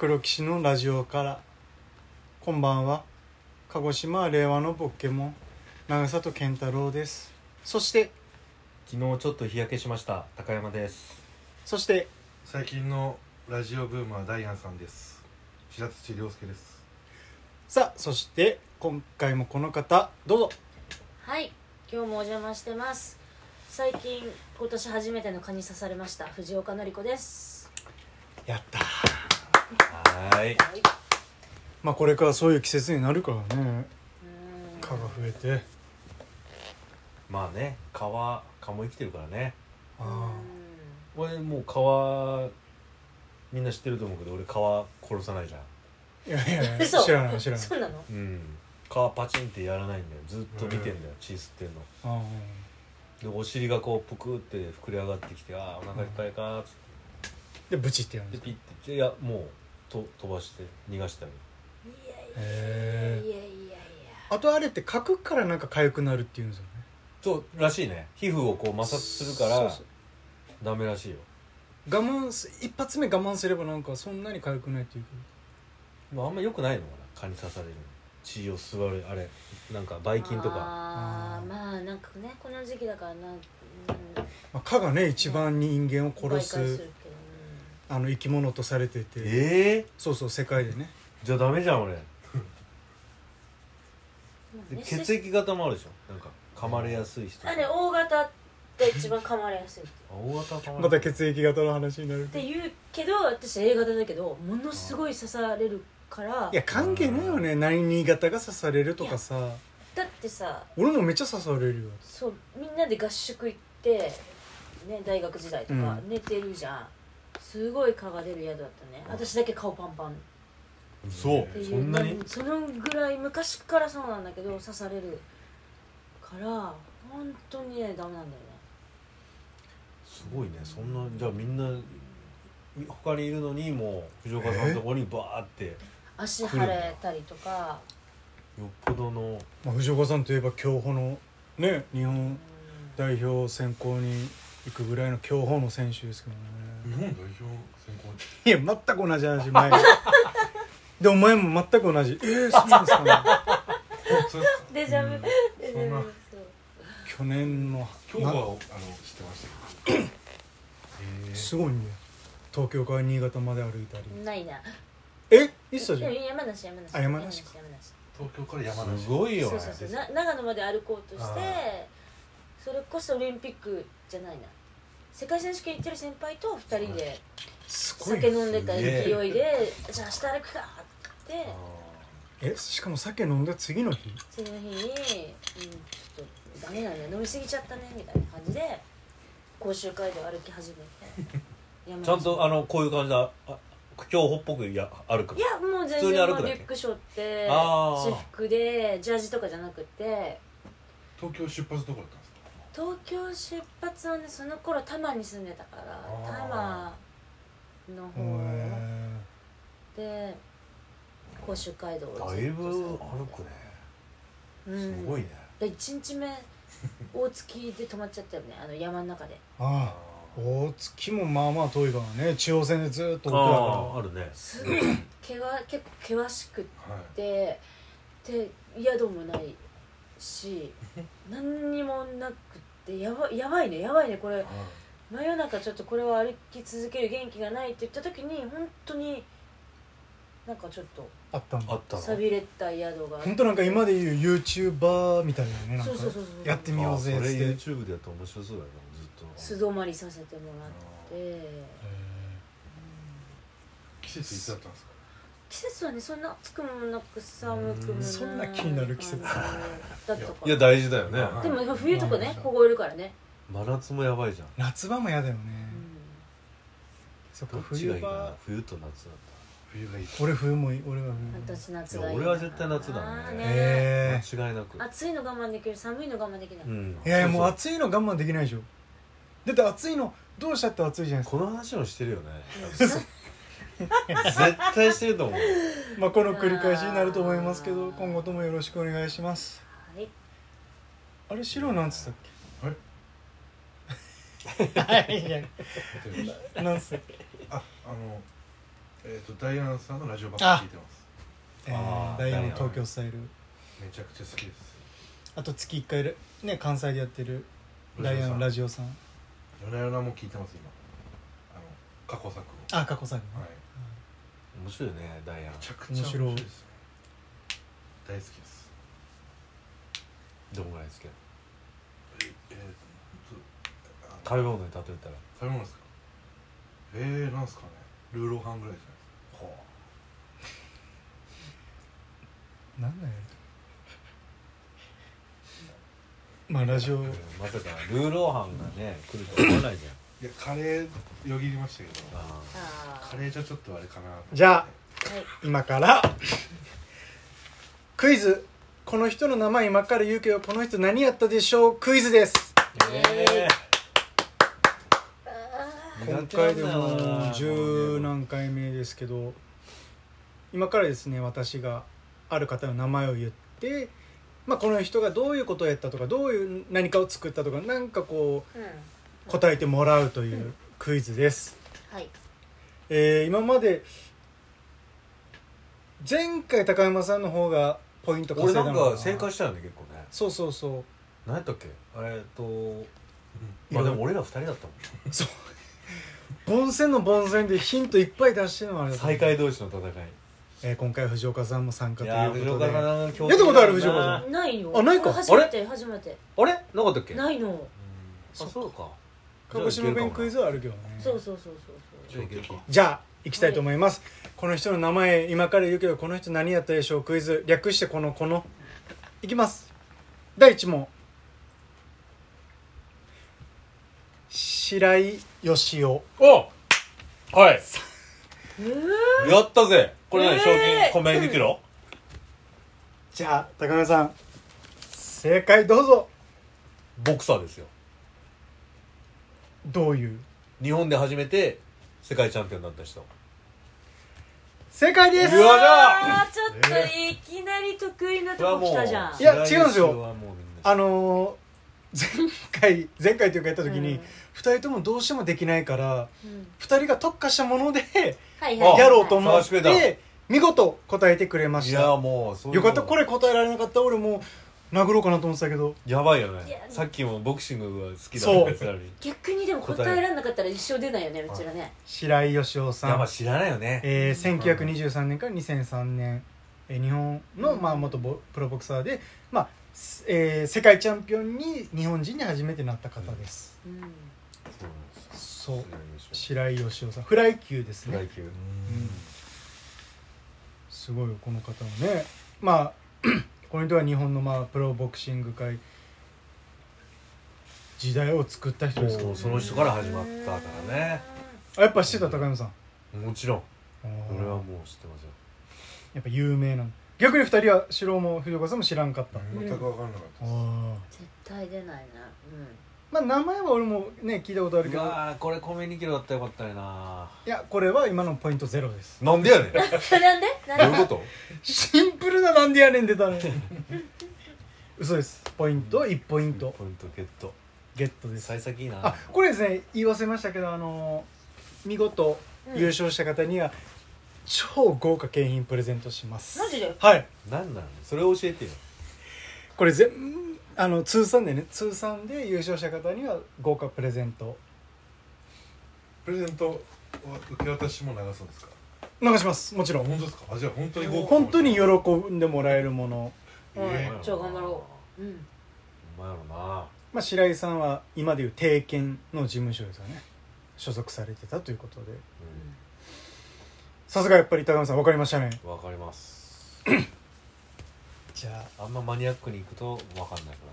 黒騎士のラジオから。こんばんは。鹿児島令和のポケモン長里健太郎です。そして昨日ちょっと日焼けしました高山です。 そして最近のラジオブームはダイアンさんです。白土亮介です。 さあ、そして今回もこの方どうぞ。 はい、今日もお邪魔してます。最近今年初めての蚊に刺されました藤岡典子です。 やった。 はい。 まあこれからそういう季節になるからね、蚊が増えて。 まあね、蚊も生きてるからね。 あ俺もう蚊みんな知ってると思うけど、俺蚊殺さないじゃん。 いやいや嘘知らない。 そうなの？ 蚊パチンってやらないんだよ。ずっと見てんだよ、血吸ってんの。でお尻がこうぷくって膨れ上がってきて、あーお腹いっぱいかーっつってでブチってやるんでですか。 ピッて、いやもう飛ばして逃がしてある。 いやあとあれってかくからなんか痒くなるっていうんですよね。 そうらしいね。皮膚をこう摩擦するからそうダメらしいよ。 一発目我慢すればなんかそんなに痒くないっていうまあ、あんま良くないのかな、蚊に刺される血を吸われるあれなんかばい菌とか。 まあなんかね、この時期だからまあ、蚊がね一番人間を殺媒介するけど、 生き物とされてて、そう世界でね。 じゃあダメじゃん俺。 まあね、 血液型もあるでしょ。なんか噛まれやすい人。 あれ O 型が一番噛まれやすいって大型噛まれまた血液型の話になるって言うけど、私 A 型だけどものすごい刺されるから。 いや関係ないよね、何型が刺されるとかさ。 だってさ、 俺もめっちゃ刺されるよ。 そうみんなで合宿行ってね、大学時代とか寝てるじゃん、すごい蚊が出る宿だったね。私だけ顔パンパンそうっていう、 そんなに。 そのぐらい昔からそうなんだけど刺されるから本当にねダメなんだよね。 すごいね。そんなじゃあみんな他にいるのにもう藤岡さんのところにバーって足腫れたりとか。 よっぽどの、 まあ、藤岡さんといえば競歩のね日本代表選考に行くぐらいの競歩の選手ですけどね。 日本代表選考いや全く同じ話前でお前も全く同じ。そうなんですかね。 そうですか。 デジャブ、デジャブ。そう去年の今日は知ってましたけど。 すごいんだよ。東京から新潟まで歩いたり。 ないな。 いっそじゃん。 山梨あ山梨か。 東京から山梨。 すごいよね。 そう長野まで歩こうとして、それこそオリンピックじゃないな、世界選手権行ってる先輩と2人で酒飲んでた勢いで、じゃあ明日歩くかってしかも酒飲んだ次の日次の日に、ちょっとダメなんだよ、飲み過ぎちゃったねみたいな感じで甲州街道歩き始めてちゃんとこういう感じだ。競歩っぽく歩く。 いやもう全普通に然歩くだけリュック背負って私私服でジャージとかじゃなくて。 東京出発どこだったんですか。 東京出発はね、その頃多摩に住んでたから多摩の方で甲州街道をだいぶ歩くね。すごいね。 で1日目大月で泊まっちゃったよね、山の中で。 大月もまあまあ遠いからね。中央線でずっと奥だからあるね。 すごい結構険しくって、で宿もないし何にもなくってやばいねこれ、真夜中ちょっとこれは歩き続ける元気がないって言った時に本当になんかちょっとあったの。 寂れた宿が本当なんか今でいう YouTuber みたいなね。なんかそうやってみようぜっつって。 それ YouTube でやったら面白そうだよな。ずっと素泊まりさせてもらって、 季節いつだったんですか。 季節はねそんな暑くもなく寒くもないそんな気になる季節だったからいや大事だよね。 でも冬とかね凍えるからね。 真夏もやばいじゃん。 夏場も嫌だよね。そっかどっちがいいかな。 冬冬と夏だっ冬がいい。 俺冬もいい。俺は私夏たら。 がいいな。 俺は絶対夏だね。間違いなく。 暑いの我慢できる、寒いの我慢できない。 いやもう暑いの我慢できないでしょ。だって暑いのどうしたって暑いじゃないですか。 この話もしてるよね。絶対してると思う。 まあこの繰り返しになると思いますけど、今後ともよろしくお願いします。 はい。 あれ白なんつったっはい。 け？はい。なんつったっけ？ ダイアンさんのラジオばっかり聞いてます。 ダイヤの東京スタイル、 めちゃくちゃ好きです。 あと月1回ね関西でやってるダイヤのラジオさん、 夜な夜なも聞いてます今。過去作を。 過去作ね、 はい。 面白いよねダイアン。 めちゃくちゃ面白いですよ。大好きです。 どんぐらいですけど食食べ物に例えたらべ物ですか。なんすかね。ルーローハンぐらいじゃないですか。 なんだよまあラジオまさかルーローハンがね来ると思わないじゃん。 いやカレーよぎりましたけど、 あカレーじゃちょっとあれかな。 じゃあはい今からクイズ、この人の名前今から言うけどこの人何やったでしょうクイズです。今回でも十何回目ですけど、今からですね私がある方の名前を言って、まあ、この人がどういうことをやったとかどういう何かを作ったとかなんかこう答えてもらうというクイズです。 はい。 今まで前回高山さんの方がポイント稼いだのかな。 俺なんか正解したよね結構ね。 そうそうそう。 何やったっけまあでも俺ら2人だったもん。 そう凡戦の凡戦でヒントいっぱい出してるのはあれだと思う。 最下位同士の戦い。 今回藤岡さんも参加といやいうことで。 藤岡さんやったことある藤岡さん。 ないよ。 あないか初めて初めて。 あれなかったっけ。 ないの。 あそうか。 鹿児島弁クイズはあるけどね。 そうそうそうそう。 じゃあ行きたいと思います、この人の名前今から言うけどこの人何やったでしょうクイズ、略してこのいきます。第1問、白井義雄。 おはいえやったぜ。これ何、賞金ー米2キロ。 じゃあ高野さん正解どうぞ。 ボクサーですよ。 どういう。 日本で初めて世界チャンピオンになった人。 正解です。 うわじゃあちょっといきなり得意なとこ来たじゃん。 いや違うんですよ。 白井義雄はもうみんな前回というかやった時に、2人ともどうしてもできないから、2人が特化したものでやろうと思って見事答えてくれましいた。 やもうそういうのよかった。これ答えられなかったら俺もう殴ろうかなと思ってたけど。 やばいよねいや。 さっきもボクシングが好きだったやつなのに。 逆にでも答えられなかったら一生出ないよねうちらね。 白井義雄さん、 いやまあ知らないよね。 1923年から2003年、日本の、元プロボクサーで、世界チャンピオンに日本人に初めてなった方です、そう白井義雄さん、フライ級ですね。 フライ級。 すごいよこの方はね。この人は日本のプロボクシング界時代を作った人ですから、 その人から始まったからね。 やっぱ知ってた高山さん。 もちろん俺はもう知ってますよ。 やっぱ有名なの。逆に2人は白も藤岡さんも知らんかった。 全く分かんなかったです。 絶対出ないな。 名前は俺もね聞いたことあるけど、 これ米2キロだったらよかったよな。 いやこれは今のポイントゼロです。 なんでやねん。どなんでういうこと。 シンプルななんでやねん出たね嘘です。ポイント1ポイントポイントゲットです。 幸先いいな。 これですね言い忘れましたけど見事優勝した方には超豪華景品プレゼントします。 マジで。 はい。 なんなのそれ教えてよ。 これ通算で優勝した方には豪華プレゼント。 プレゼントは受け渡しも流すんですか。 流します。もちろん。 本当ですか。じゃあ本当に豪華。 本当に喜んでもらえるもの。 超頑張ろう。 お前やろな。 白井さんは今でいう定研の事務所ですよね。所属されてたということで。さすがやっぱり高山さん分かりましたね。 わかります。 じゃあんまマニアックに行くと分かんないから。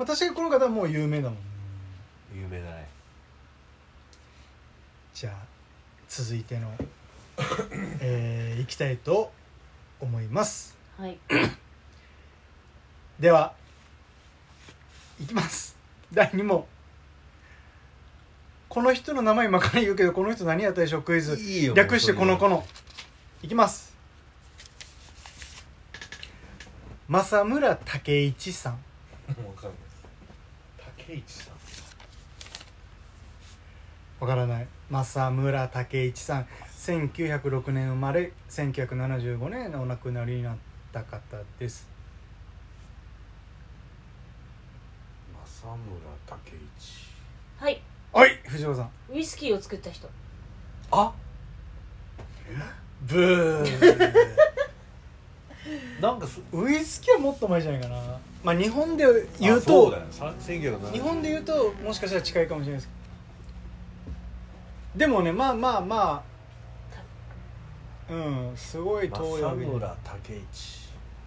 確かにこの方はもう有名だもんね。 有名だね。 じゃあ続いてのいきたいと思います。 はいではいきます。第2問。この人の名前今から言うけどこの人何やったでしょうクイズ。 いいよ略してこのいきます。正村武一さん。 分かんないです。竹市さん。 わからない。正村武一さん、1906年生まれ、1975年お亡くなりになった方です。 正村武一。 はいはい、藤岡さん。 ウイスキーを作った人。 あブーなんかウイスキーはもっと前じゃないかな。まあ日本で言うそとうだよ1970 日本で言うともしかしたら近いかもしれないですけど、でもねまあうんすごい遠いわけで。 正村武一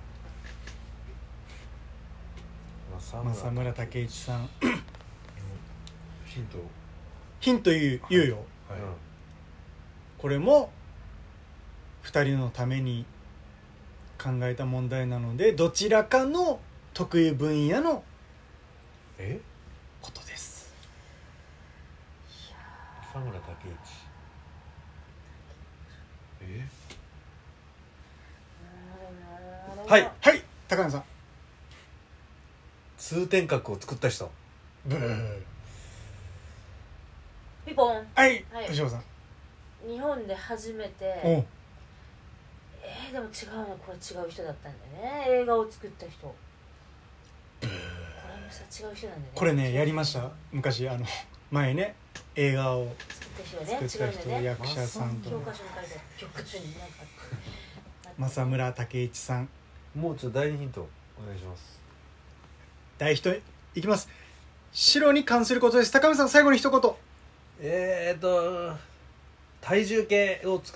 正村武一さんヒント。 ヒント言うよ。 はい。 これも2人のために考えた問題なので、どちらかの得意分野のことです。 正村武一はいはい高野さん。 通天閣を作った人。 ブー。 ピポン。 はいはい藤岡さん。 日本で初めておうでも違うの、これ違う人だったんだよね。映画を作った人。これもさ違う人なんだよね。 これねやりました昔前ね映画を作った人作った人、 ね、違うんだよね。 役者さんと教科書に書いてある曲中になんか正村武一さん。 もうちょっと第2ヒントお願いします。 大人いきます。白に関することです。高見さん最後に一言。 体重計を作